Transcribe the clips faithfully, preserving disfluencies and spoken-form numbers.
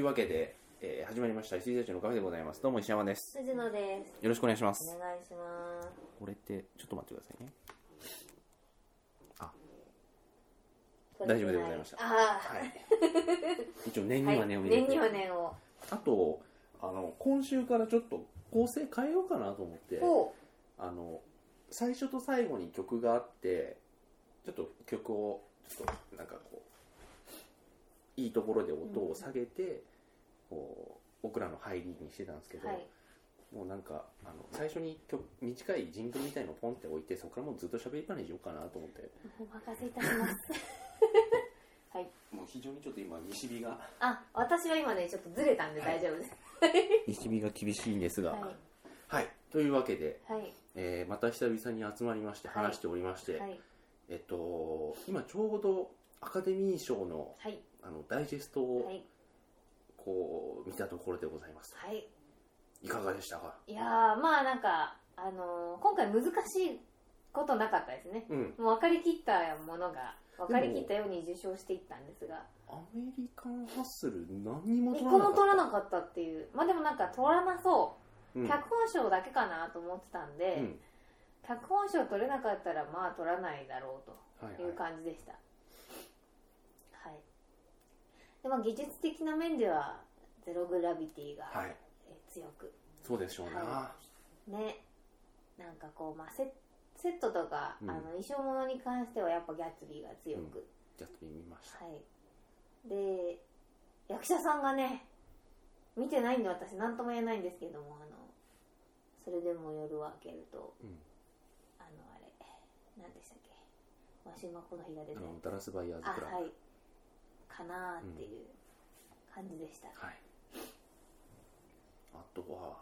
いうわけで、えー、始まりました エスディー たちのカフェでございます。どうも石山です。 藤野です。 よろしくお願いします。 お願いします。 これってちょっと待ってくださいね。あ、大丈夫でございました。 あ、 はい。一応念には念を入れて、 はい、念には念を。 あとあの今週からちょっと構成変えようかなと思って、あの最初と最後に曲があって、ちょっと曲をちょっとなんかこういいところで音を下げて、うん、こう僕らの入りにしてたんですけど、はい、もうなんかあの最初に曲短いジングルみたいのをポンって置いて、そこからもうずっと喋りっぱなししようかなと思って。 お任せいたしますはい。 もう非常にちょっと今西日が、 あ、私は今ねちょっとずれたんで大丈夫です、 はい、西日が厳しいんですが、はい、はい、というわけで、はい、えー、また久々に集まりまして話しておりまして、はいはい、えっと今ちょうどアカデミー賞の、はい、あのダイジェストを、はい、こう見たところでございます、はい、いかがでしたか？ いやー、まあなんか、あのー、今回難しいことなかったですね、うん、もう分かりきったものが分かりきったように受賞していったんですが、 アメリカンハッスル何にも取らなかった、いっこも取らなかったっていう、まあでもなんか取らなそう、うん、脚本賞だけかなと思ってたんで、うん、脚本賞取れなかったらまあ取らないだろうという感じでした。はい、はい、でまあ、技術的な面ではゼログラビティが、はい、え強く、 そうでしょうな、はい、ね、なんかこう、まあ、セ, セットとか、うん、あの衣装物に関してはやっぱギャツビーが強く、うん、 ギャツビー見ました、 はい、で役者さんがね見てないんで私何とも言えないんですけども、あのそれでも夜は明けると、うん、あのあれ何でしたっけ、マシュマコの日が出てるダラスバイヤーズクラブ、 あ、はい、かなーっていう感じでした、うん、はい、 あとは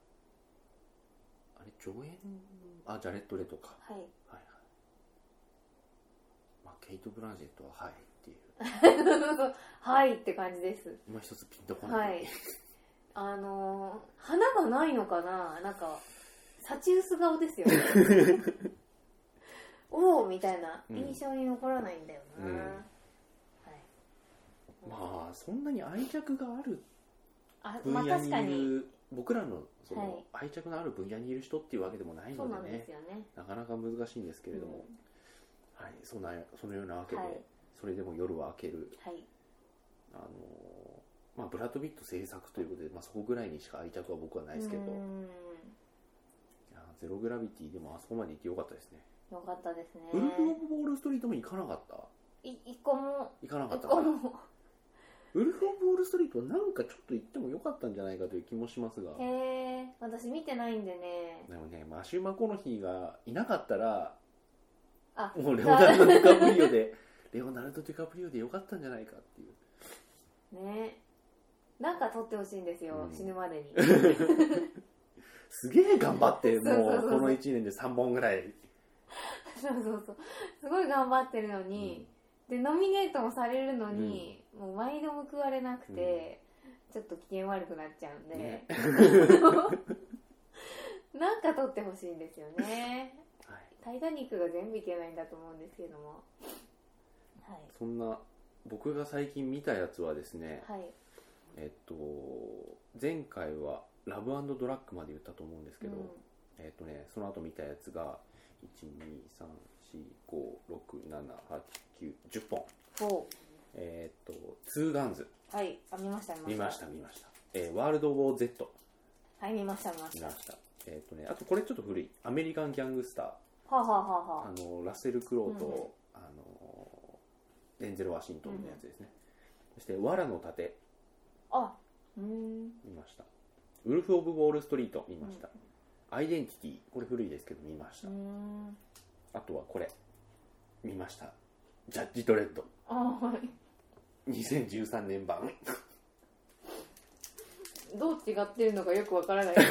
あれ上演、あ、ジャレット・レトか、はい、はいはい、まあ、ケイト・ブランシェットははいっていうはいって感じです。 今一つピンとこない、はい、 あのー、花がないのかな、なんかサチウス顔ですよねおーみたいな印象に残らないんだよな、うんうん、はい、 まあそんなに愛着がある分野にいる、まあ、僕らのその愛着のある分野にいる人っていうわけでもないので ね,、はい、そうなんですよね、なかなか難しいんですけれども、うん、はい、そんなそのようなわけで、はい、それでも夜は明ける、はい、あのまあ、ブラッド・ピット制作ということで、まあ、そこぐらいにしか愛着は僕はないですけど、うん、いやゼログラビティでもあそこまで行ってよかったですね。 よかったですね。 ウルフ・オブ・ウォール・ストリートも行かなかった？ い一個も行かなかったか。ウルフ・オブ・ウォール・ストリートはなんかちょっと行ってもよかったんじゃないかという気もしますが、 へー、私見てないんでね。 でもね、マシュー・マコノヒーがいなかったら、 あ、 もうレオナルド・ディカプリオでレオナルド・ディカプリオでよかったんじゃないかっていうね。なんか撮ってほしいんですよ、うん、死ぬまでにすげえ頑張ってもうこのいちねんでさんぼんぐらいそうそうそう、すごい頑張ってるのに、うん、でノミネートもされるのに、うん、もう毎度報われなくて、うん、ちょっと機嫌悪くなっちゃうんで、ね、なんか撮ってほしいんですよね、はい、タイタニックが全部いけないんだと思うんですけども、 はい、そんな僕が最近見たやつはですね、はい、えっと前回はラブ&ドラッグまで言ったと思うんですけど、うん、えっとねその後見たやつがいち、に、さん、よん、ご、ろく、なな、はち、きゅう、じゅっぽん、えっとツーガンズ、 はい、あ、見ました見ました見ました、えー、ワールドウォー Z、 はい見ました見ました見ました、えっとねあとこれちょっと古いアメリカンギャングスター、はあ、はあはあ、 あのラッセル・クロウと、うん、あのデンゼル・ワシントンのやつですね、うん、そしてワラの盾、 あ、うーん、 見ました。ウルフ・オブ・ウォール・ストリート見ました、うん、アイデンティティ、これ古いですけど見ました。うーん、あとはこれ見ました、ジャッジ・ドレッド、 あ、はい、 にせんじゅうさんねん版どう違ってるのかよくわからない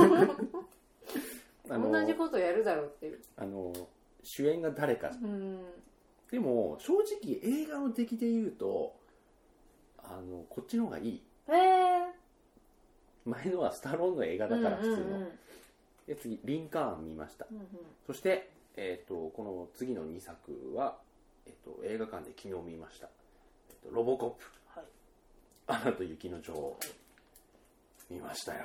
同じことやるだろうっていう、 あの主演が誰か、うん、でも正直映画の出来で言うとあのこっちの方がいい。 へー、 前のはスタローンの映画だから普通の、うんうんうん、で次リンカーン見ました、うんうん、そして、えー、とこの次のにさくは、えー、と映画館で昨日見ました、えー、とロボコップ、はい、 アナと雪の女王見ましたよ。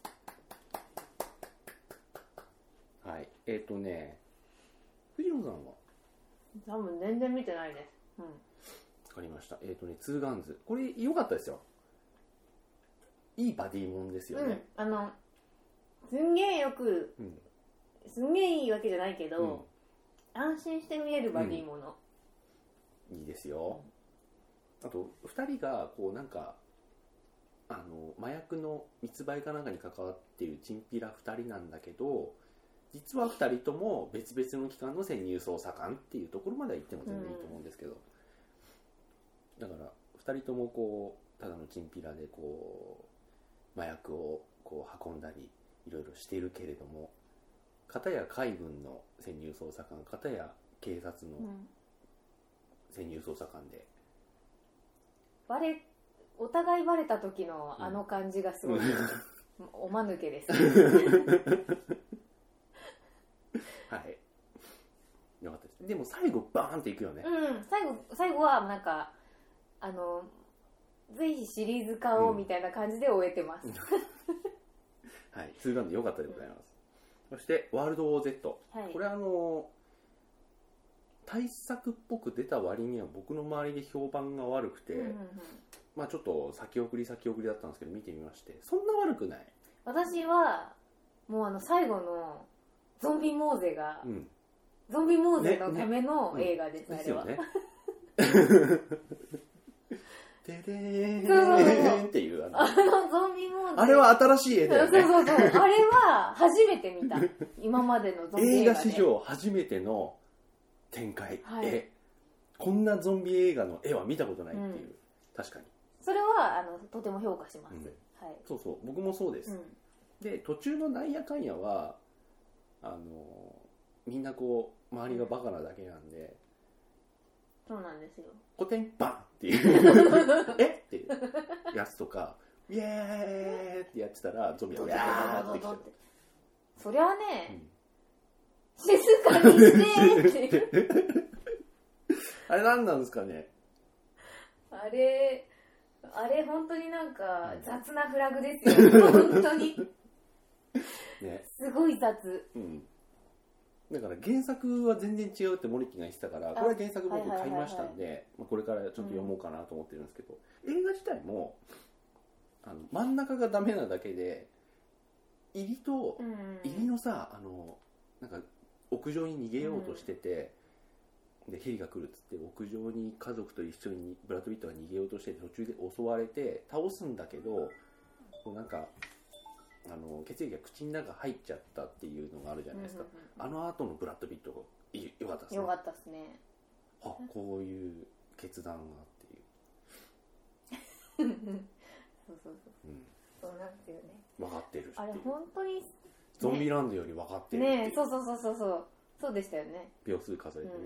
はい、えっ、ー、とね藤野さんは多分全然見てないです。うん。わかりました。えっ、ー、とねツーガンズ、これ良かったですよ。いいバディもんですよね。 うん、あのすんげえよく、うん、すんげえいいわけじゃないけど、うん、安心して見えるバディもの、 うん、いいですよ。あとふたりがこうなんかあの麻薬の密売かなんかに関わっているチンピラふたりなんだけど、実はふたりとも別々の機関の潜入捜査官っていうところまでは行っても全然いいと思うんですけど、うん、だからふたりともこうただのチンピラでこう麻薬をこう運んだりいろいろしているけれども、片や海軍の潜入捜査官、片や警察の潜入捜査官で、 うん、バレお互いバレた時のあの感じがすごい、うん、おまぬけですはいよかったです。でも最後バーンっていくよね。 うん、最後最後はなんかあのぜひシリーズ化をみたいな感じで終えてます、うん、 はい、ツーガンで良かったでございます、うん、そしてワールド オーゼット、はい、これあの大作っぽく出た割には僕の周りで評判が悪くて、うんうんうん、まあちょっと先送り先送りだったんですけど見てみまして、そんな悪くない。 私はもうあの最後のゾンビモーゼが、うん、ゾンビモーゼのための映画です、ねね、あれは、 ですよねてれーんっていうあの、 あのゾンビモーゼ、 あれは新しい絵だよね。 そうそうそう、あれは初めて見た今までのゾンビ映画、ね、 映画史上初めての展開、はい、絵、こんなゾンビ映画の絵は見たことないっていう、うん、確かにそれはあのとても評価します、うん、はい、 そうそう僕もそうです、うん、で途中のなんやかんやはあのみんなこう周りがバカなだけなんで、 うん、そうなんですよ、 古典バンっていうえっていうやつとかイエーイってやってたらゾンビがわーってきて、 そりゃあね、うん、静かにしてってあれ何なんですかね、 あれあれ本当になんか雑なフラグですよ本当にね、すごい雑、うん、 だから原作は全然違うって森木が言ってたから、これは原作僕買いましたんで、これからちょっと読もうかなと思ってるんですけど、うん、映画自体もあの真ん中がダメなだけで入りと、うん、入りのさあのなんか屋上に逃げようとしてて、うん、でヘリが来るっつって屋上に家族と一緒にブラッド・ピットが逃げようとして途中で襲われて倒すんだけど、こうなんかあの血液が口の中入っちゃったっていうのがあるじゃないですか、うんうんうん、あの後のブラッド・ピットがよかったですね。 よかったですね。 あ、こういう決断がっていうそうそうそう、うん、そうなんですよね。 分かってるしっていう、 あれ本当に、ね、 ゾンビランドより分かってるっていうね、そうそうそうそうそうそうでしたよね。 秒数数えてね、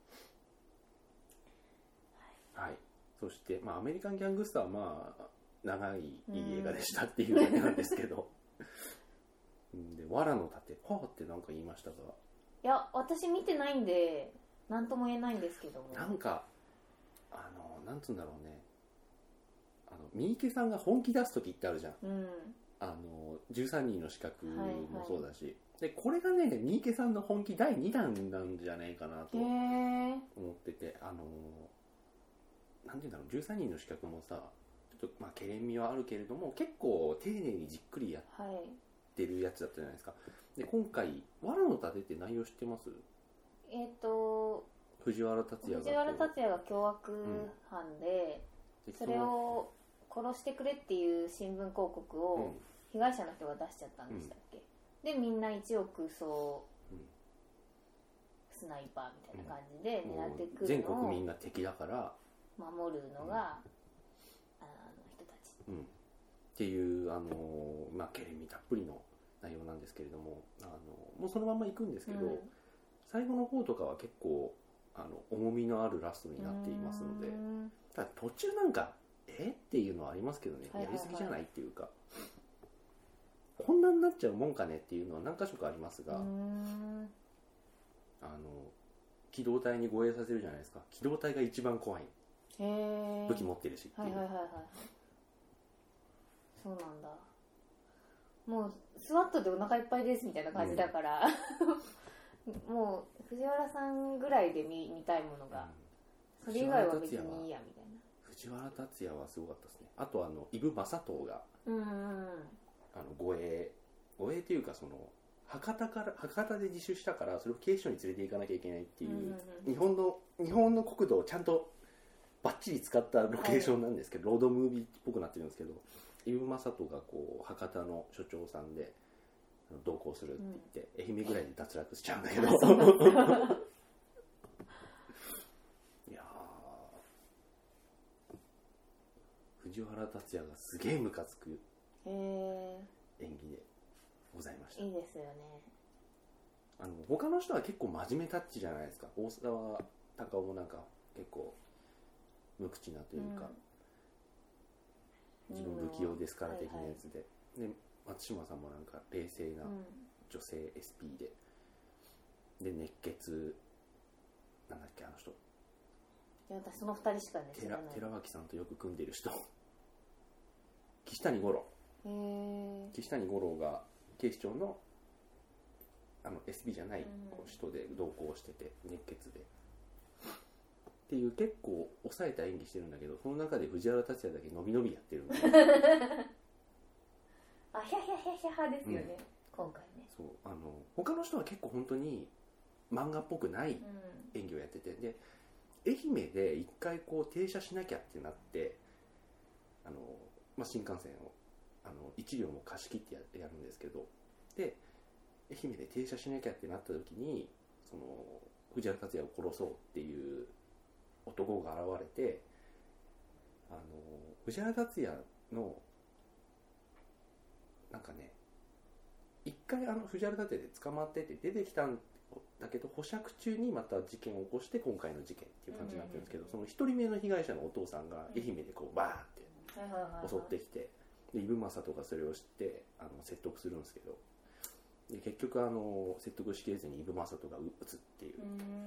うん、はい、はい、そして、まあ、アメリカンギャングスターはまあ長いいい映画でしたっていうだけなんですけどで藁の盾はあって何か言いましたが、 いや私見てないんで何とも言えないんですけども、 なんかあのなんつうんだろうね、あの三池さんが本気出す時ってあるじゃん、うん、あのじゅうさんにんの資格もそうだし、はいはい、でこれがね三池さんの本気だいにだんなんじゃないかなと思ってて、あのなんていうんだろう、じゅうさんにんの資格もさちょっとまあけれん味はあるけれども結構丁寧にじっくりやってるやつだったじゃないですか。で今回藁の盾って内容知ってます？ えっ、ー、と藤原竜也が藤原竜也が凶悪犯で、うん、それを殺してくれっていう新聞広告を被害者の人が出しちゃったんでしたっけ、うん、でみんないちおくそう、うん、スナイパーみたいな感じで狙ってくるのを、 全国民が敵だから守るのが、うん、あの人たち、 うん、っていうあの、まあ、ケレミたっぷりの内容なんですけれども、あのもうそのまま行くんですけど、うん、最後の方とかは結構あの重みのあるラストになっていますので、ただ途中なんかえっていうのはありますけどね、はいはいはい、やりすぎじゃないっていうか、こんなになっちゃうもんかねっていうのは何か所かありますが、あの機動隊に護衛させるじゃないですか。機動隊が一番怖い、 へ武器持ってるしっていう、 はいはいはいはい、 そうなんだ。もうスワットでお腹いっぱいですみたいな感じだから、うん、もう藤原さんぐらいで 見, 見たいものが、うん、それ以外は別にいいやみたいな。 藤原竜也はすごかったですね。あとあの伊武正人が、うんうんうん、あの護衛護衛っていうかその博多から博多で自首したからそれを警視庁に連れて行かなきゃいけないっていう、うんうんうん、日本の日本の国土をちゃんとバッチリ使ったロケーションなんですけど、はい、ロードムービーっぽくなってるんですけど、伊武正人がこう博多の所長さんで同行するって言って、うん、愛媛ぐらいで脱落しちゃうんだけどいや藤原竜也がすげえムカつく演技でございました。 いいですよね。 あの他の人は結構真面目タッチじゃないですか。大沢たかおもなんか結構無口なというか、うん、自分不器用ですから的なやつで、はいはい、で松島さんもなんか冷静な女性 エスピー で、うん、で熱血なんだっけあの人、いや私そのふたりしかね知らない。 寺脇さんとよく組んでる人岸谷五郎。へ岸谷五郎が警視庁のあの エスピー じゃない人で同行してて熱血でっていう結構抑えた演技してるんだけど、その中で藤原竜也だけ伸び伸びやってるんであひゃひゃひゃひゃですよね、うん、今回ね。 そうあの他の人は結構本当に漫画っぽくない演技をやってて、で愛媛で一回こう停車しなきゃってなってあの、まあ、新幹線をあのいち両も貸し切って や, やるんですけど、で愛媛で停車しなきゃってなった時にその藤原竜也を殺そうっていう男が現れて、あの藤原竜也のなんかね一回あの藤原竜也で捕まってて出てきたんだけど保釈中にまた事件を起こして今回の事件っていう感じになってるんですけど、その一人目の被害者のお父さんが愛媛でこうバーって襲ってきて、で伊武正人がそれを知ってあの説得するんですけど、で結局あの説得しきれずに伊武正人が撃つっていう、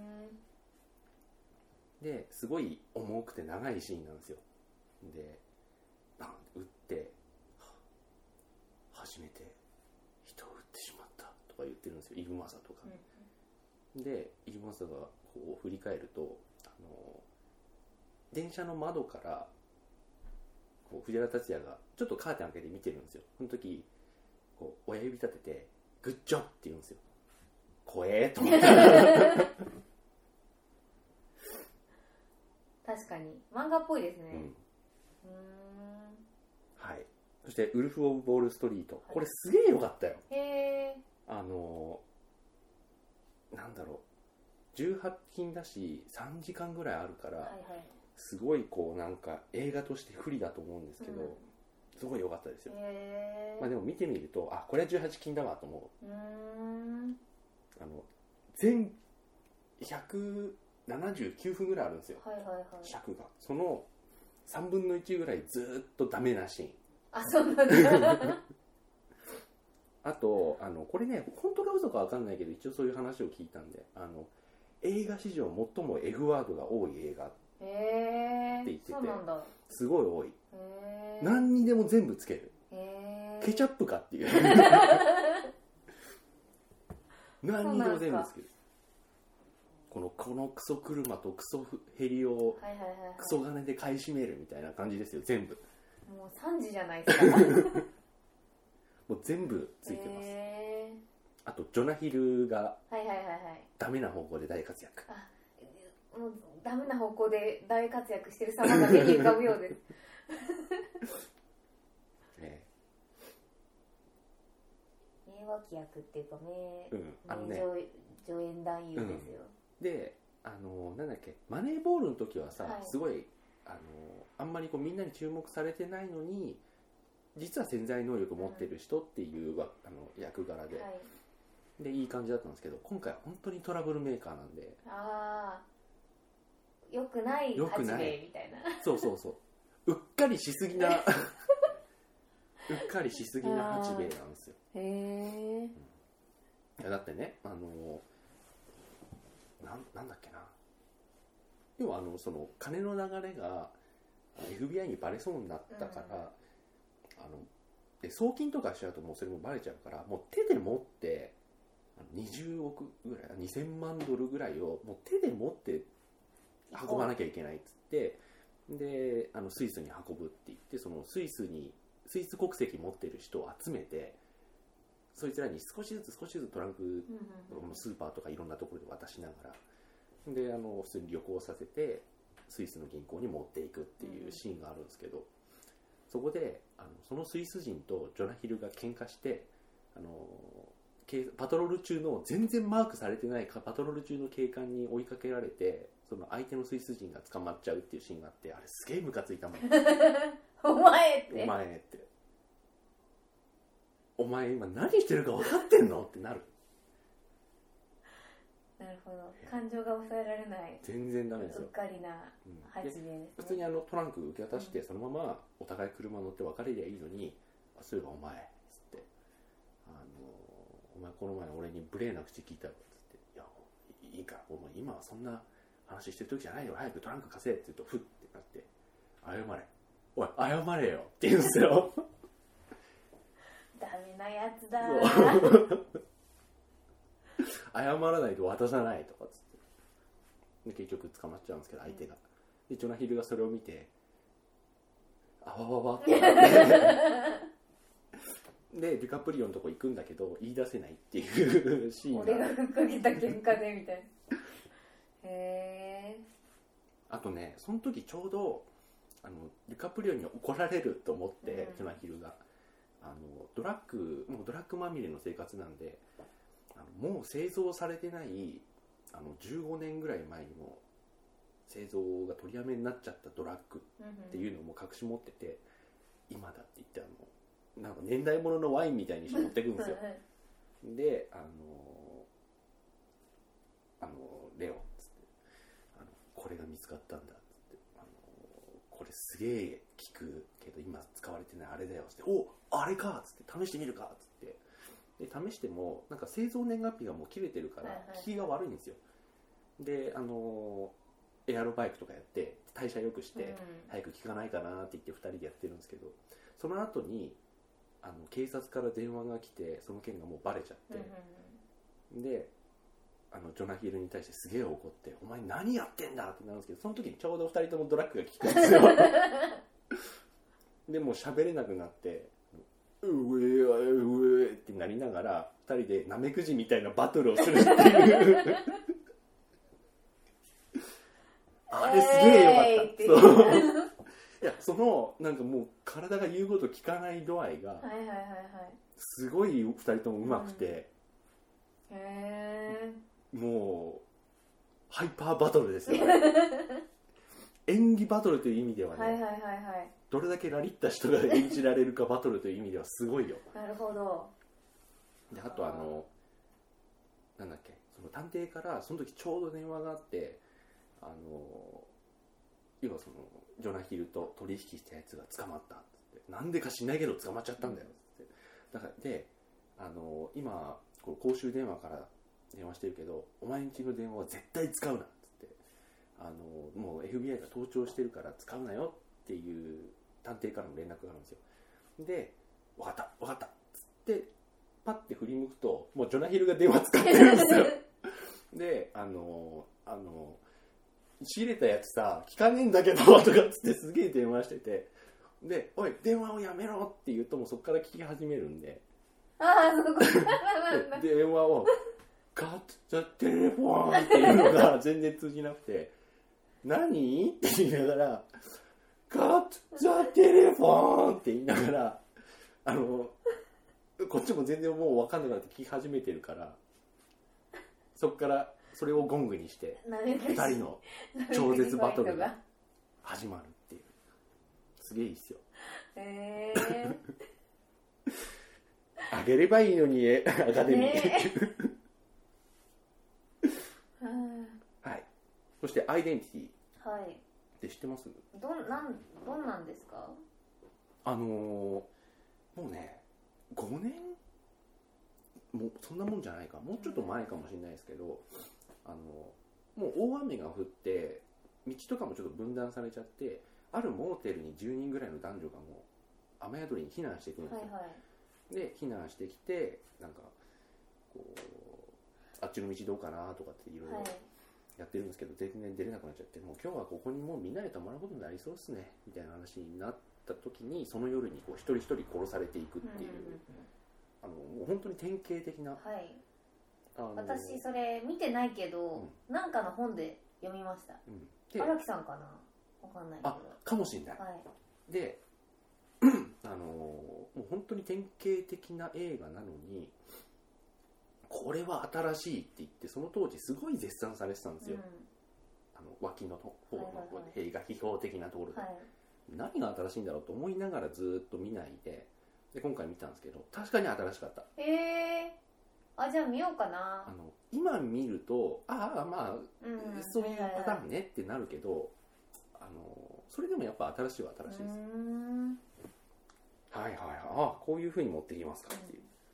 ですごい重くて長いシーンなんですよ。でバン撃って初めて人を撃ってしまったとか言ってるんですよ伊武正人が、うん、で伊武正人がこう振り返るとあの電車の窓からこう藤原竜也がちょっとカーテン開けて見てるんですよ。その時こう親指立ててグッジョブって言うんですよ。怖えと思って確かに漫画っぽいですね、うん、うーんはい。そしてウルフ・オブ・ウォール・ストリート、これすげえ良かったよ。へー。あのなんだろうじゅうはちきんだしさんじかんぐらいあるから、はいはい、すごいこうなんか映画として不利だと思うんですけど、うん、すごい良かったですよ。へー。まあでも見てみるとあこれはじゅうはちきんだわと思う。うーんあの全ひゃくななじゅうきゅうふんぐらいあるんですよ、はいはいはい、尺がそのさんぶんのいちぐらいずっとダメなシーン。 あ、そうなんだあとあのこれね本当か嘘か分かんないけど一応そういう話を聞いたんで、あの映画史上最も F ワードが多い映画って言ってて、そうなんだ、すごい多い。へー。何にでも全部つける。へー。ケチャップかっていう何にでも全部つける。このこのクソ車とクソヘリをクソ金で買い占めるみたいな感じですよ全部。 もうさんじじゃないですかもう全部ついてます。えー、あとジョナヒルがダメな方向で大活躍。あ、 もうダメな方向で大活躍してる様が目に浮かぶようですね名脇役っていうか名、うん、あのね、名助演男優ですよ、 うん、であのなんだっけマネーボールの時はさ、はい、すごいあのあんまりこうみんなに注目されてないのに実は潜在能力を持ってる人っていう、うん、あの役柄で、はい、でいい感じだったんですけど、今回は本当にトラブルメーカーなんで、 ああよくない八兵衛みたいなそうそうそううっかりしすぎなうっかりしすぎな八兵衛なんですよ。へえ、うん、だってねあのな ん, なんだっけな要はあのその金の流れが エフビーアイ にバレそうになったから、うん、あので送金とかしちゃうともうそれもバレちゃうから、もう手で持ってにじゅうおくぐらいにせんまんドルぐらいをもう手で持って運ばなきゃいけないっつって、であのスイスに運ぶって言って、そのスイスにスイス国籍持ってる人を集めて、そいつらに少しずつ少しずつトランク、スーパーとかいろんなところで渡しながら、であの普通に旅行させてスイスの銀行に持っていくっていうシーンがあるんですけど、そこであのそのスイス人とジョナヒルが喧嘩して、あのパトロール中の全然マークされてないパトロール中の警官に追いかけられて、その相手のスイス人が捕まっちゃうっていうシーンがあって、あれすげえムカついたもんお前ってお前ってお前今何してるか分かってんのってなる。 なるほど、感情が抑えられない、 全然ダメですよ、 うっかりな発言ですね、 うん、普通にあのトランク受け渡して、そのままお互い車乗って別れりゃいいのに、あ、そういえばお前つってあのお前この前俺に無礼な口聞いたよつって、いやいいからお前今はそんな話してる時じゃないよ、早くトランク貸せって言うと、ふってなって、謝れおい謝れよって言うんですよダメなやつだ謝らないと渡さないとかつって、で結局捕まっちゃうんですけど相手が、でジョナヒルがそれを見てあわわわってなってでデュカプリオのとこ行くんだけど言い出せないっていうシーンが、 俺がふっかけた喧嘩でみたいなへー。 あとね、その時ちょうどあのデュカプリオに怒られると思って、うん、ジョナヒルがあのドラッグもうドラッグまみれの生活なんで、あのもう製造されてないあのじゅうごねんぐらい前にも製造が取りやめになっちゃったドラッグっていうのをもう隠し持ってて、うん、今だって言ってあのなんか年代物のワインみたいにして持ってくんですよであのあのレオっつってあのこれが見つかったんだっつってあのこれすげえ効くけど今使われてないあれだよっつって、おあれかっつって試してみるかっつってで試してもなんか製造年月日がもう切れてるから効きが悪いんですよ。であのエアロバイクとかやって代謝良くして早く効かないかなって言ってふたりでやってるんですけど、その後にあの警察から電話が来てその件がもうバレちゃって、であのジョナヒルに対してすげえ怒ってお前何やってんだってなるんですけど、その時にちょうどふたりともドラッグが効くんですよでもう喋れなくなってうえうえってなりながらふたりでナメクジみたいなバトルをするっていうあれすげえよかった、えー、そういやそのなんかもう体が言うこと聞かない度合いがすごいふたりともうまくて、 うん、へーもうハイパーバトルですよ演技バトルという意味ではね、 はいはいはいはい、 どれだけラリった人が演じられるかバトルという意味ではすごいよなるほど。 であとあのなんだっけ、その探偵からその時ちょうど電話があって、あの要はそのジョナヒルと取引したやつが捕まったっつって、なんでか知んないけど捕まっちゃったんだよっつって、だからであの今こう公衆電話から電話してるけどお前んちの電話は絶対使うなっつって、あのもう エフビーアイ が盗聴してるから使うなよっていう探偵からの連絡があるんですよ。で分かった分かったっつってパッて振り向くともうジョナヒルが電話使ってるんですよであのあの仕入れたやつさ聞かねえんだけどとかっつってすげえ電話してて、でおい電話をやめろって言うともうそこから聞き始めるんで、 ああそこからなんだ電話をカットテレフォンっていうのが全然通じなくて何って言いながらカットテレフォンって言いながらあのこっちも全然もう分かんなくなって聞き始めてるから、そこからそれをゴングにしてふたりの超絶バトルが始まるっていう、すげえいいっすよ。 へえあげればいいのにアカデミー、はい。そしてアイデンティティ、はい、って知ってます？ どんなんどんなんですか？ あのー、もうねごねんもうそんなもんじゃないか、もうちょっと前かもしれないですけど、あのもう大雨が降って道とかもちょっと分断されちゃって、あるモーテルにじゅうにんぐらいの男女がも雨宿りに避難していくんですよ、 はいはい、 で避難してきてなんかこうあっちの道どうかなとかっていろいろやってるんですけど、全然出れなくなっちゃって、もう今日はここにもうみんなで泊まることになりそうですねみたいな話になった時に、その夜にこう一人一人殺されていくっていう、うんうんうん、あのもう本当に典型的な、 はい、あの私それ見てないけど、うん、なんかの本で読みました、うん、荒木さんかな、わかんないけど、 あかもしれない、はい、であのもう本当に典型的な映画なのに、これは新しいって言ってその当時すごい絶賛されてたんですよ、うん、あの脇の方の映画批評的なところで、はい、何が新しいんだろうと思いながらずっと見ないで、で今回見たんですけど確かに新しかった。 へえー、あじゃあ見ようかな。 あの今見るとああまあ、うん、そういうパターンねってなるけど、あのそれでもやっぱ新しいは新しいです。うーん、はいはいはい、あこういう風に持ってきますかっていう、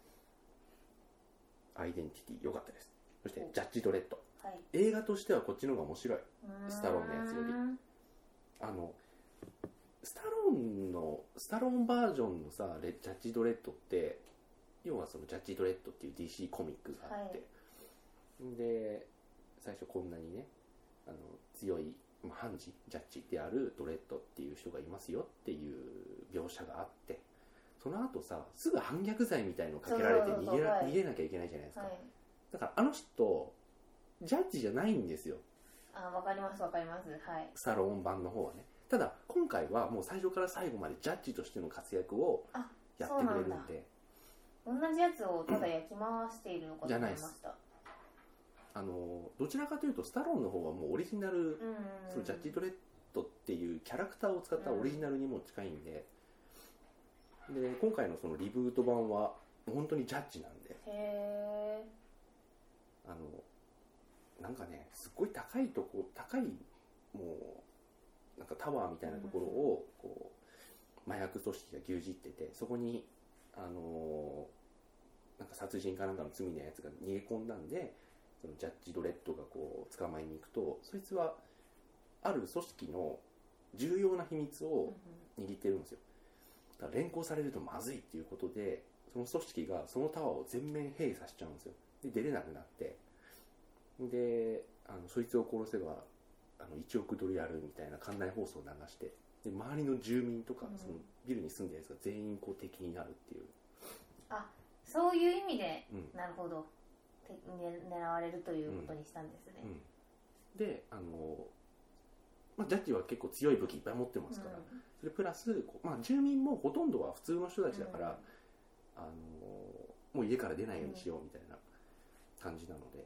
うん、アイデンティティ良かったです。そしてジャッジドレッド、はい、映画としてはこっちの方が面白い、スタローンのやつより。あのスタローンのスタローンバージョンのさジャッジドレッドって要はそのジャッジドレッドっていう ディーシー コミックがあって、はい、で最初こんなにねあの強い判事ジャッジであるドレッドっていう人がいますよっていう描写があって、その後さすぐ反逆罪みたいのかけられて逃げら、はい、逃げなきゃいけないじゃないですか、はい、だからあの人ジャッジじゃないんですよ。 あ、わかりますわかります、はい、 スタローン版の方はね。ただ今回はもう最初から最後までジャッジとしての活躍をやってくれるんで、 同じやつをただ焼き回しているのかと思いました。 あのどちらかというとスタローンの方はもうオリジナル、うんうんうん、そのジャッジドレッドっていうキャラクターを使ったオリジナルにも近いんで、うん、で今回のそのリブート版は本当にジャッジなんで、へー、あのなんかねすっごい高いとこ高いもうなんかタワーみたいなところをこう麻薬組織が牛耳ってて、そこにあのなんか殺人かなんかの罪のやつが逃げ込んだんで、そのジャッジドレッドがこう捕まえに行くと、そいつはある組織の重要な秘密を握ってるんですよ。だから連行されるとまずいっていうことで、その組織がそのタワーを全面閉鎖しちゃうんですよ。で出れなくなって、であのそいつを殺せばあのいちおくドルやるみたいな館内放送を流して、で周りの住民とか、うん、そのビルに住んでるやつが全員こう敵になるっていう。 あ、そういう意味で、うん、なるほど、狙われるということにしたんですね、うんうん、 であの、まあ、ジャッジは結構強い武器いっぱい持ってますから、うん、それプラス、まあ、住民もほとんどは普通の人たちだから、あのもう家から出ないようにしようみたいな感じなので、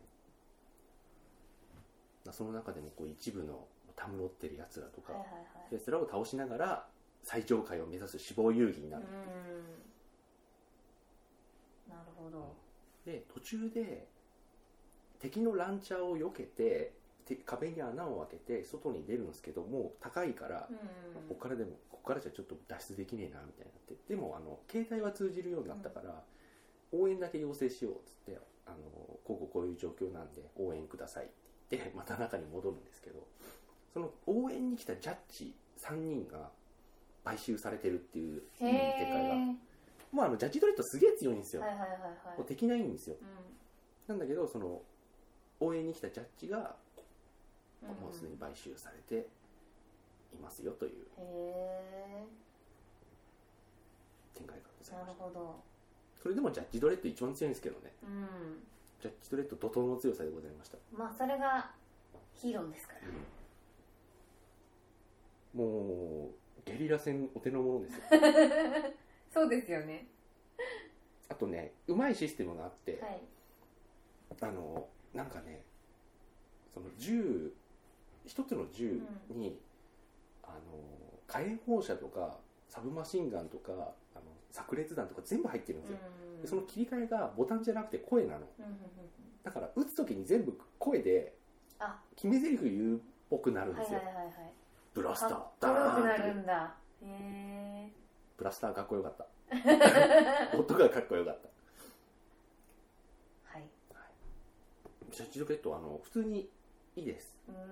その中でもこう一部のたむろってるやつらとか、はいはいはい、やつらを倒しながら最上階を目指す死亡遊戯になるっていう、 なるほど。 で途中で敵のランチャーを避けて壁に穴を開けて外に出るんですけど、もう高いから、うん、ここからでもここからじゃちょっと脱出できねえなみたいになって、でもあの携帯は通じるようになったから、うん、応援だけ要請しようっつって、あのこうこういう状況なんで応援くださいって言ってまた中に戻るんですけど、その応援に来たジャッジさんにんが買収されてるっていう展開が、もうあのジャッジドレッドすげえ強いんですよ、はいはいはいはい、もう敵ないんですよ、うん、なんだけどその応援に来たジャッジがもうすでに買収されていますよという展開がございました。なるほど。それでもジャッジドレッド一番強いんですけどね、うん、ジャッジドレッド怒涛の強さでございました。 まあそれがヒーローですから、 うん、もうゲリラ戦お手の物ですよそうですよね。 あとね、うまいシステムがあって、はい、あのなんかね、その銃一つの銃に、うん、あの火炎放射とかサブマシンガンとかあの炸裂弾とか全部入ってるんですよ、うん、でその切り替えがボタンじゃなくて声なの、うん、だから撃つ時に全部声で決め台詞言うっぽくなるんですよ、はいはいはいはい、ブラスターダーンってなるんだ。へー、 ブラスターかっこよかった音がかっこよかった。はい、はい、ジャッジドレッドはあの普通にいいです。うーん、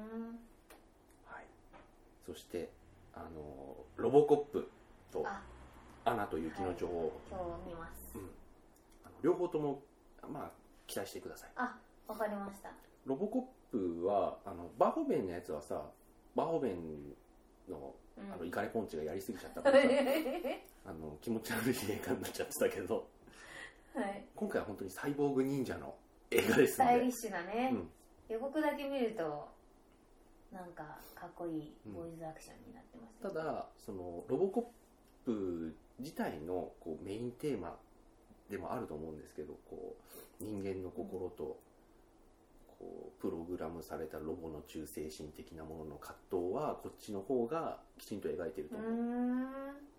はい、そしてあのロボコップとアナと雪の女王、 はい、今日見ます、 うん、あの両方ともまあ期待してください。 あ、わかりました。 ロボコップはあのバーホベンのやつはさ、バーホベンのあのイカレポンチがやりすぎちゃったからさ、あの気持ち悪い映画になっちゃってたけど、はい、今回は本当にサイボーグ忍者の映画ですので、 スタイリッシュなね、うん、予告だけ見るとなんかかっこいいボーイズアクションになってます、ね、 うん、ただそのロボコップ自体のこうメインテーマでもあると思うんですけど、こう人間の心とこうプログラムされたロボの忠誠心的なものの葛藤はこっちの方がきちんと描いていると思う。うーん、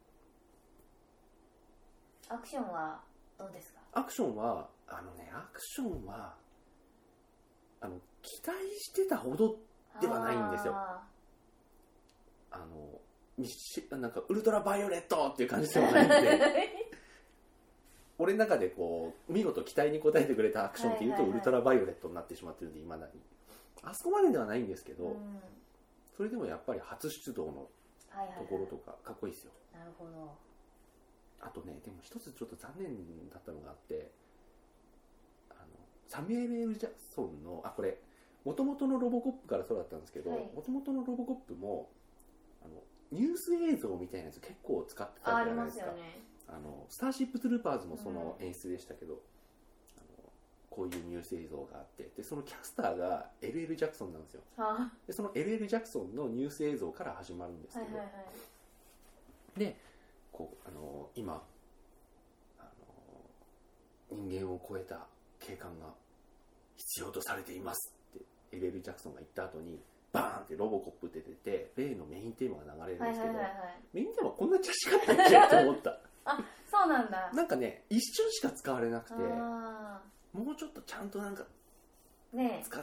アクションはどうですか？ アクションはあのねアクションはあの期待してたほどではないんですよ。ああのなんかウルトラバイオレットっていう感じではないんで俺の中でこう見事期待に応えてくれたアクションっていうと、はいはいはい、ウルトラバイオレットになってしまってるんで、未だにあそこまでではないんですけど、うん、それでもやっぱり初出動のところとかかっこいいですよ。 なるほど。 あとね、でも一つちょっと残念だったのがあって、あのサミュエル・エル・ジャクソンのあこれ元々のロボコップからそうだったんですけど、元々のロボコップもあのニュース映像みたいなやつ結構使ってたじゃないですか。あ、ありますよね。あのスターシップトゥルーパーズもその演出でしたけど、うん、あのこういうニュース映像があってでそのキャスターが エルエル ジャクソンなんですよ。でその エルエル ジャクソンのニュース映像から始まるんですけど、はいはいはい、でこうあの今あの人間を超えた警官が必要とされていますって エルエル ジャクソンが言った後にバーンってロボコップって出て例のメインテーマが流れるんですけど、はいはいはいはい、メインテーマこんな近かったっけって思ったあ、そうなんだ。 なんかね、一瞬しか使われなくて、もうちょっとちゃんとなんか使って、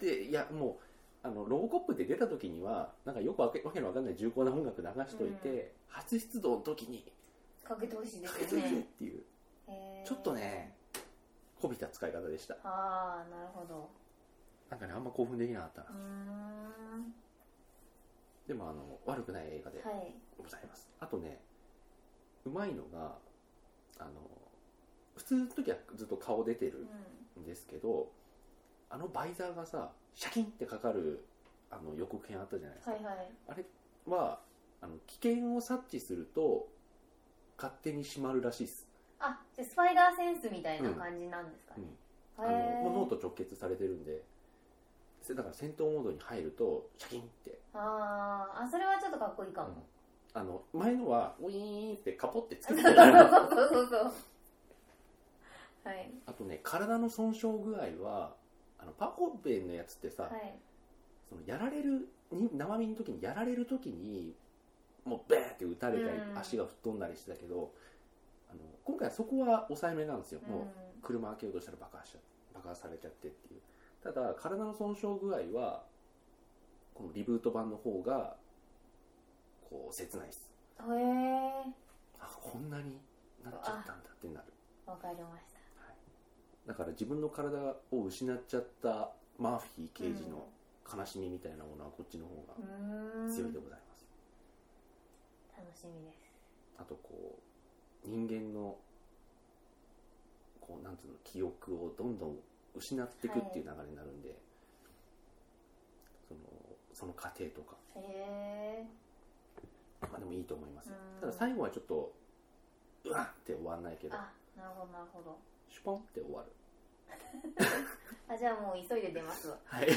ね、いやもうあのロボコップで出た時にはなんかよくわけわけのわかんない重厚な音楽流しといて、うん、初出動の時にかけてほしいですよね。 かけてほしいっていう、ちょっとね、こびた使い方でした。 ああ、なるほど。 なんかね、あんま興奮できなかったな。うーん、でもあの悪くない映画でございます。はい、あとね。うまいのがあの普通の時はずっと顔出てるんですけど、うん、あのバイザーがさシャキンってかかるあの予告編あったじゃないですか、はいはい、あれはあの危険を察知すると勝手に閉まるらしいです。 あ、じゃあスパイダーセンスみたいな感じなんですかね、 うんうん、あのもう脳と直結されてるんで、だから戦闘モードに入るとシャキンって、 ああ、それはちょっとかっこいいかも、うん、 あの前のはウィーンってカポってつけてたそうそうそうそう、はい、 あとね、体の損傷具合はあのパホベンのやつってさ、はい、そのやられる生身の時にやられる時にもうベーって撃たれたり、うん、足が吹っ飛んだりしてたけど、あの今回はそこは抑えめなんですよ、うん、もう車開けようとしたら爆破しちゃ爆破されちゃってっていう。ただ体の損傷具合はこのリブート版の方がこう切ないです。 へー、 あ、こんなになっちゃったんだってなる。 わかりました、 はい、だから自分の体を失っちゃったマーフィー刑事の悲しみみたいなものはこっちの方が強いでございます。 楽しみです。 あとこう人間のこうなんつうの記憶をどんどん失っていくっていう流れになるんで、はい、そのその過程とか、 へー、まあでもいいと思います。ただ最後はちょっとうわって終わんないけど、 あ、なるほどなるほど、 シュポンって終わるあ、じゃあもう急いで出ますわ。 はい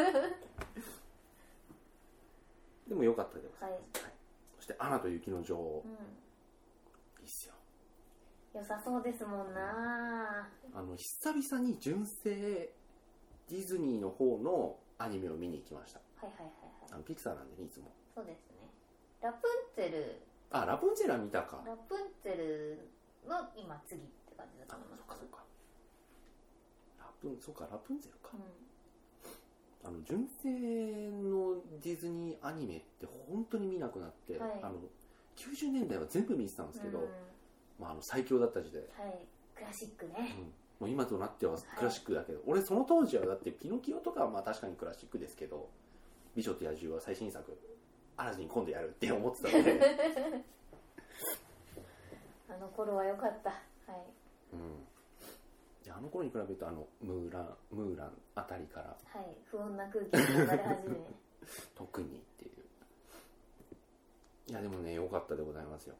でも良かったです、はいはい、そしてアナと雪の女王、うん、いいっすよ。 良さそうですもんな。 あの久々に純正ディズニーの方のアニメを見に行きました。 はいはいはいはい。 あのピクサーなんでね、いつも。 そうですね。ラプンツェル。 あ、ラプンツェルは見たか。 ラプンツェルの今次って感じだと思います。 あ、そうかそうか。ラプン、そうか、ラプンツェルか。うん、あの純正のディズニーアニメって本当に見なくなって、はい、あのきゅうじゅうねんだいは全部見てたんですけど。うん、まあ、あの最強だった時代、 はい、クラシックね、 うん、もう今となってはクラシックだけど、はい、俺その当時はだってピノキオとかはまあ確かにクラシックですけど、美女と野獣は最新作アラジン今度やるって思ってたのであの頃は良かった。はい。 うん。あの頃に比べるとあのムーランムーランあたりから、 はい、不穏な空気が流れ始め特にっていう。いやでもね良かったでございますよ。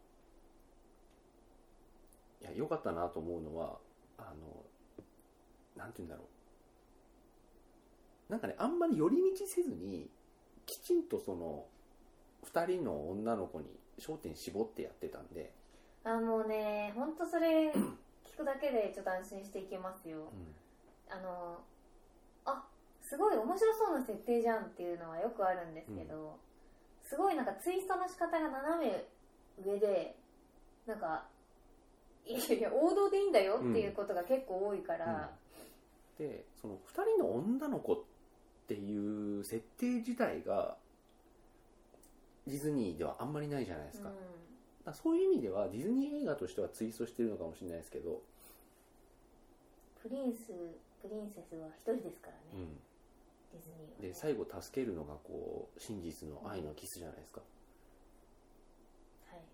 いや良かったなと思うのはあのなんて言うんだろう。なんかねあんまり寄り道せずにきちんとそのふたりの女の子に焦点絞ってやってたんで。 あもうね本当それ聞くだけでちょっと安心していけますよ、うん、あのあすごい面白そうな設定じゃんっていうのはよくあるんですけど、うん、すごいなんかツイストの仕方が斜め上でなんかいやいや王道でいいんだよっていうことが結構多いから、 うんうん、でそのふたりの女の子っていう設定自体がディズニーではあんまりないじゃないですか、うんそういう意味ではディズニー映画としてはツイストしてるのかもしれないですけどプリンスプリンセスは一人ですからね、うん、ディズニーは、 ね、で最後助けるのがこう真実の愛のキスじゃないですか、 うん、はい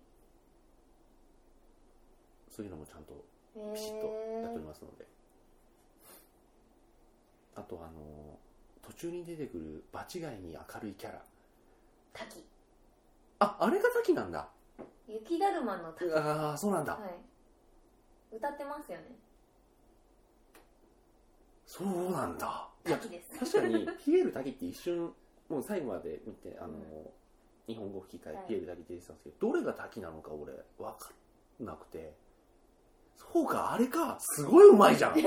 そういうのもちゃんとピシッとやっておりますので、あとあの途中に出てくる場違いに明るいキャラ滝あ、あれが滝なんだ雪だるまの滝ああそうなんだ、はい、歌ってますよねそうなんだ滝です確かにピエール滝って一瞬もう最後まで見てあの、うん、日本語吹き替え、はい、ピエール滝って言ってたんですけどどれが滝なのか俺分かんなくてそうかあれかすごいうまいじゃん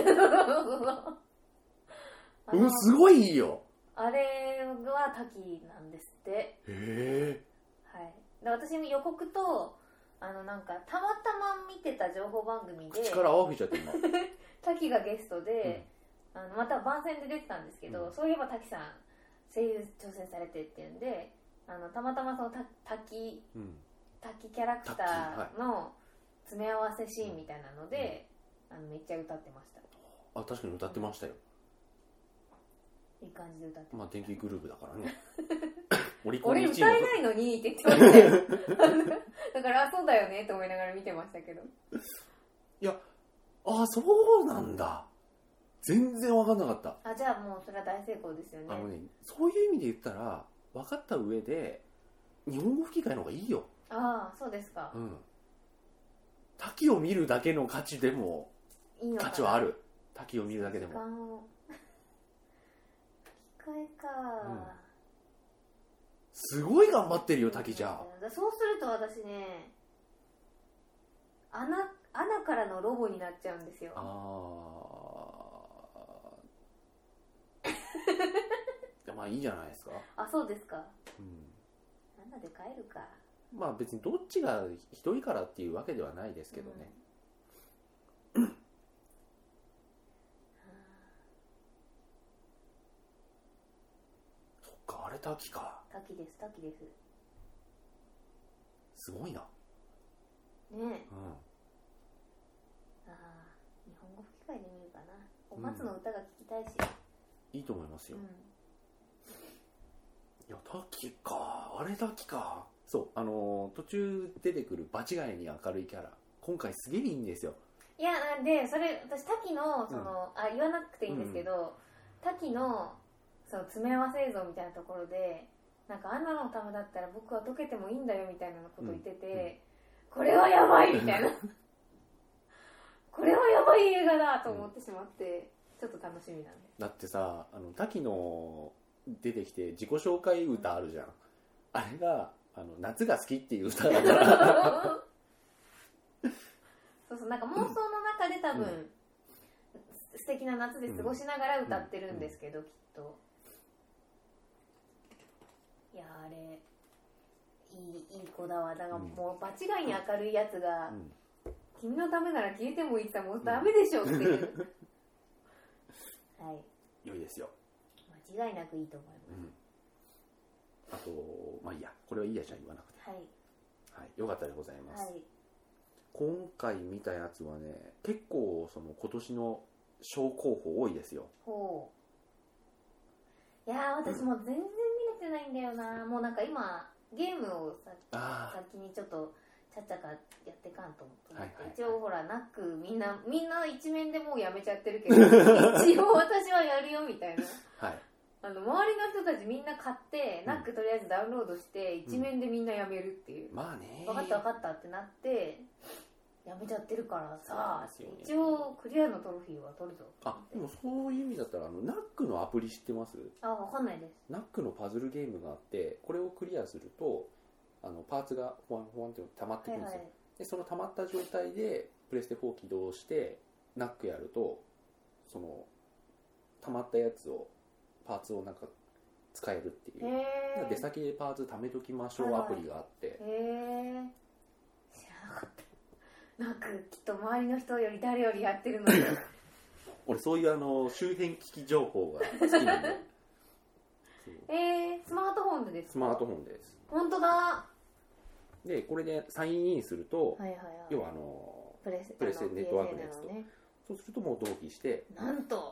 うんすごいいいよあれは滝なんですってへえはいで私も予告とあのなんかたまたま見てた情報番組で口から泡吹いちゃって今滝がゲストで、うん、あのまた番宣で出てたんですけど、うん、そういえば滝さん声優挑戦されてっていうんであのたまたまその滝、うん、滝キャラクターの詰め合わせシーンみたいなので、うん、あのめっちゃ歌ってました。 あ確かに歌ってましたよ、 いい感じで歌ってまあ電気グループだからね俺歌えないのにって言ってましたよだからそうだよねと思いながら見てましたけどいやあそうなんだ全然分かんなかったあじゃあもうそれは大成功ですよねあのねそういう意味で言ったら分かった上で日本語吹き替えの方がいいよああそうですかうん滝を見るだけの価値でもいい価値はある滝を見るだけでも吹き替えか、うんすごい頑張ってるよ滝じゃそうすると私ね穴、穴からのロボになっちゃうんですよああまあいいじゃないですかあそうですか、うん、穴で帰るかまあ別にどっちが一人からっていうわけではないですけどね、うん、そっかあれ滝か滝です滝ですすごいなねえ、うん、ああ日本語吹き替えで見るかなお松の歌が聞きたいし、 うん、いいと思いますよ、うん、いや滝かあれ滝かそうあのー、途中出てくる場違いに明るいキャラ今回すげえいいんですよいやなんでそれ私滝のその、うん、あ言わなくていいんですけど、うん、滝のその詰め合わせ映像みたいなところでなんかアナのためだったら僕は溶けてもいいんだよみたいなことを言ってて、うんうん、これはやばいみたいなこれはやばい映画だと思ってしまって、うん、ちょっと楽しみなんでだってさあの滝の出てきて自己紹介歌あるじゃん、うん、あれがあの夏が好きっていう歌だからそうそうなんか妄想の中で多分、うん、素敵な夏で過ごしながら歌ってるんですけど、うんうん、きっといやあれいいいい子だわだからもう場違いに明るいやつが、うん、君のためなら消えてもいいって言ったらもうダメでしょっていう、うん、はい良いですよ間違いなくいいと思います、 うん、あとまあいいやこれはいいやじゃあ言わなくてはい、 はい、よかったでございます、 はい、 今回見たやつはね結構その今年の賞候補多いですよほういや私もう全然見れてないんだよな、うん、もうなんか今ゲームをさ先にちょっとチちゃちゃかやってかんと思って、はいはいはい、一応ほらナックみんなみんな一面でもうやめちゃってるけど一応私はやるよみたいな、はい、あの周りの人たちみんな買って、うん、ナックとりあえずダウンロードして一面でみんなやめるっていう、 うん、まあね分かった分かったってなってやめちゃってるからさ、ね、一応クリアのトロフィーは取るぞ。 あ、でもそういう意味だったらあのナックのアプリ知ってます？ あ、分かんないです。 ナックのパズルゲームがあってこれをクリアするとあのパーツがフワンフワンって溜まってくるんですよ、はいはい、でその溜まった状態でプレステフォー起動してナックやるとその溜まったやつをパーツをなんか使えるっていう出先でパーツ貯めときましょうアプリがあって、 はいはい、へー知らなかった。なんかきっと周りの人より誰よりやってるので俺そういうあの周辺機器情報が好きなんでえー、スマートフォンでですか？ スマートフォンです。 本当だ。 でこれでサインインすると、 はいはいはい、 要はあのプレステネットワークのやつと、ね、そうするともう同期してなんと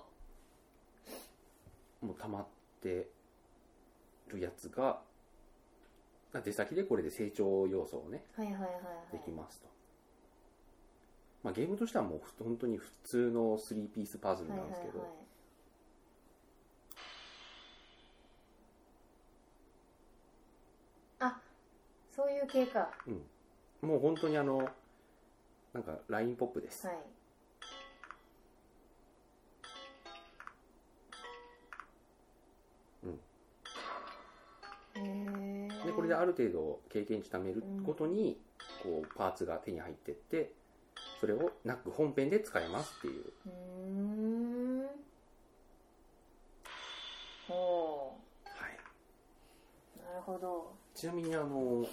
もう溜まってるやつが出先でこれで成長要素をね、 はいはいはいはい、 できますと。まあ、ゲームとしてはもう本当に普通のスリーピースパズルなんですけど、はいはいはい、 あ、そういう系か、 うん、もう本当にあのなんかラインポップです、 はい、 うん、でこれである程度経験値貯めるごとに、うん、こうパーツが手に入ってってそれをナック本編で使えますっていう。 うーん。ほう。 はい。 なるほど。 ちなみにあの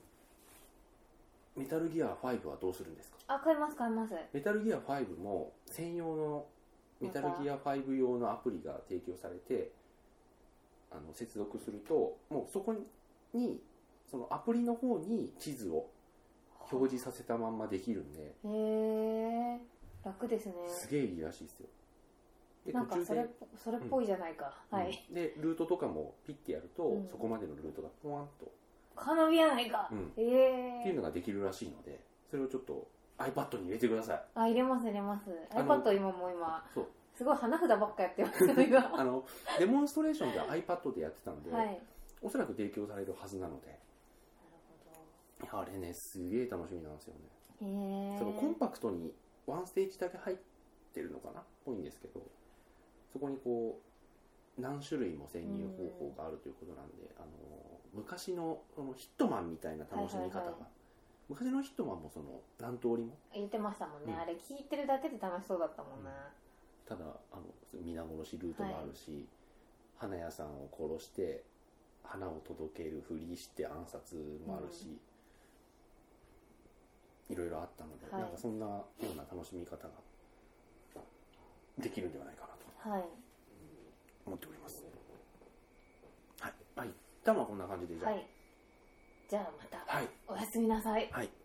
メタルギアファイブはどうするんですか？ あ、買います買います。 メタルギアファイブも専用のメタルギアファイブ用のアプリが提供されて、あの接続するともうそこにそのアプリの方に地図を表示させたまんまできるんで、 へー、楽ですね。 すげえいいらしいですよ。 でなんかそれそれっぽいじゃないか、うん、はい、 うん、でルートとかもピッてやると、うん、そこまでのルートがポワンとカーナビやないか、 うん、 へーっていうのができるらしいので、それをちょっと iPad に入れてください。 あ、入れます入れます。 iPad 今もう今そうすごい花札ばっかやってますあのデモンストレーションで iPad でやってたんで、はい、おそらく提供されるはずなので、あれねすげえ楽しみなんですよね。へー、そのコンパクトにワンステージだけ入ってるのかなっぽいんですけど、そこにこう何種類も潜入方法があるということなんで、あの昔 の, そのヒットマンみたいな楽しみ方が、はいはいはい、昔のヒットマンもその何通りも言ってましたもんね、うん、あれ聞いてるだけで楽しそうだったもんな、うん、 ただあの皆殺しルートもあるし、はい、花屋さんを殺して花を届けるふりして暗殺もあるし、うん、いろいろあったので、はい、なんかそんなような楽しみ方ができるんではないかなと、はい、思っております。はい、はい、一旦はこんな感じでじゃあ、はい、じゃあまた、はい、おやすみなさい。はい。